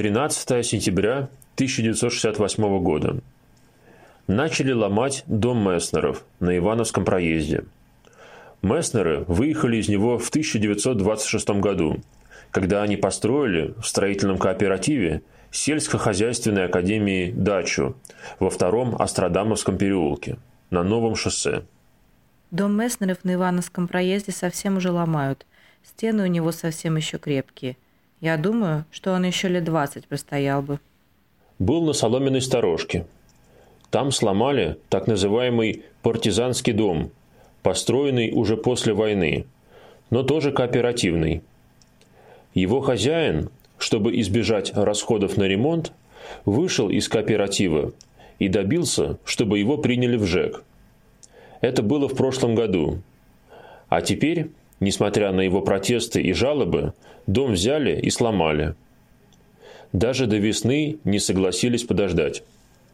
13 сентября 1968 года. Начали ломать дом Месснеров на Ивановском проезде. Месснеры выехали из него в 1926 году, когда они построили в строительном кооперативе сельскохозяйственной академии дачу во втором Астродамовском переулке на Новом шоссе. Дом Месснеров на Ивановском проезде совсем уже ломают. Стены у него совсем еще крепкие. Я думаю, что он еще лет 20 простоял бы. Был на Соломенной сторожке. Там сломали так называемый партизанский дом, построенный уже после войны, но тоже кооперативный. Его хозяин, чтобы избежать расходов на ремонт, вышел из кооператива и добился, чтобы его приняли в ЖЭК. Это было в прошлом году. А теперь, несмотря на его протесты и жалобы, дом взяли и сломали. Даже до весны не согласились подождать.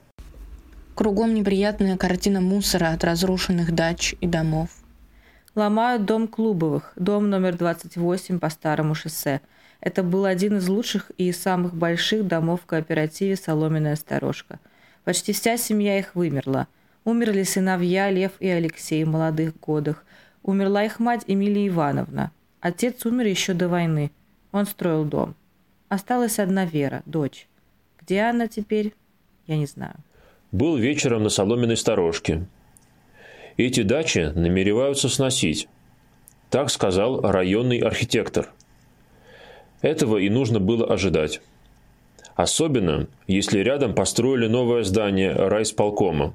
Кругом неприятная картина мусора от разрушенных дач и домов. Ломают дом Клубовых, дом номер 28 по Старому шоссе. Это был один из лучших и самых больших домов в кооперативе «Соломенная сторожка». Почти вся семья их вымерла. Умерли сыновья Лев и Алексей в молодых годах. Умерла их мать Эмилия Ивановна. Отец умер еще до войны. Он строил дом. Осталась одна Вера, дочь. Где она теперь, я не знаю. Был вечером на Соломенной сторожке. Эти дачи намереваются сносить. Так сказал районный архитектор. Этого и нужно было ожидать. Особенно, если рядом построили новое здание райисполкома.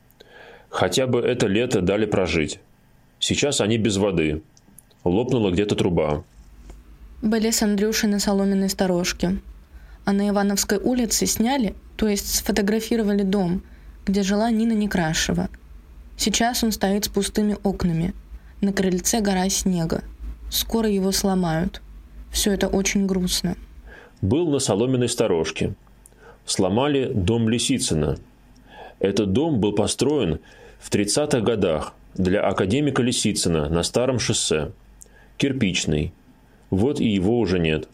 Хотя бы это лето дали прожить. Сейчас они без воды. Лопнула где-то труба. Были с Андрюшей на Соломенной сторожке. А на Ивановской улице сняли, то есть сфотографировали дом, где жила Нина Некрашева. Сейчас он стоит с пустыми окнами. На крыльце гора снега. Скоро его сломают. Все это очень грустно. Был на Соломенной сторожке. Сломали дом Лисицына. Этот дом был построен в 30-х годах для академика Лисицына на Старом шоссе. Кирпичный. Вот и его уже нет.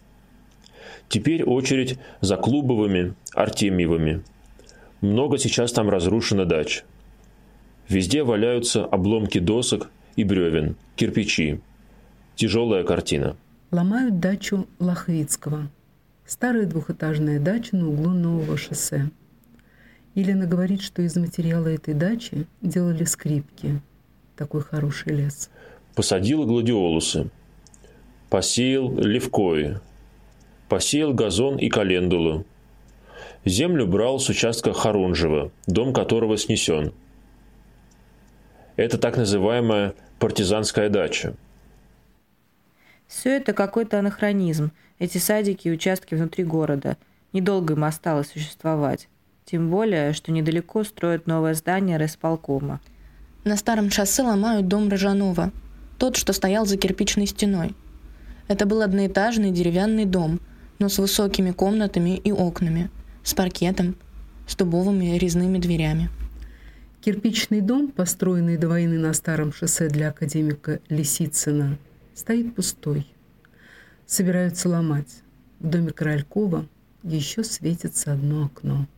Теперь очередь за Клубовыми, Артемьевыми. Много сейчас там разрушено дач. Везде валяются обломки досок и бревен, кирпичи. Тяжелая картина. Ломают дачу Лохвицкого. Старая двухэтажная дача на углу Нового шоссе. Елена говорит, что из материала этой дачи делали скрипки. Такой хороший лес. Посадил гладиолусы. Посеял левкои. Посеял газон и календулу. Землю брал с участка Харунжева, дом которого снесен. Это так называемая партизанская дача. Все это какой-то анахронизм. Эти садики и участки внутри города. Недолго им осталось существовать. Тем более, что недалеко строят новое здание райисполкома. На Старом шоссе ломают дом Рожанова. Тот, что стоял за кирпичной стеной. Это был одноэтажный деревянный дом, но с высокими комнатами и окнами, с паркетом, с дубовыми резными дверями. Кирпичный дом, построенный до войны на Старом шоссе для академика Лисицына, стоит пустой. Собираются ломать. В доме Королькова еще светится одно окно.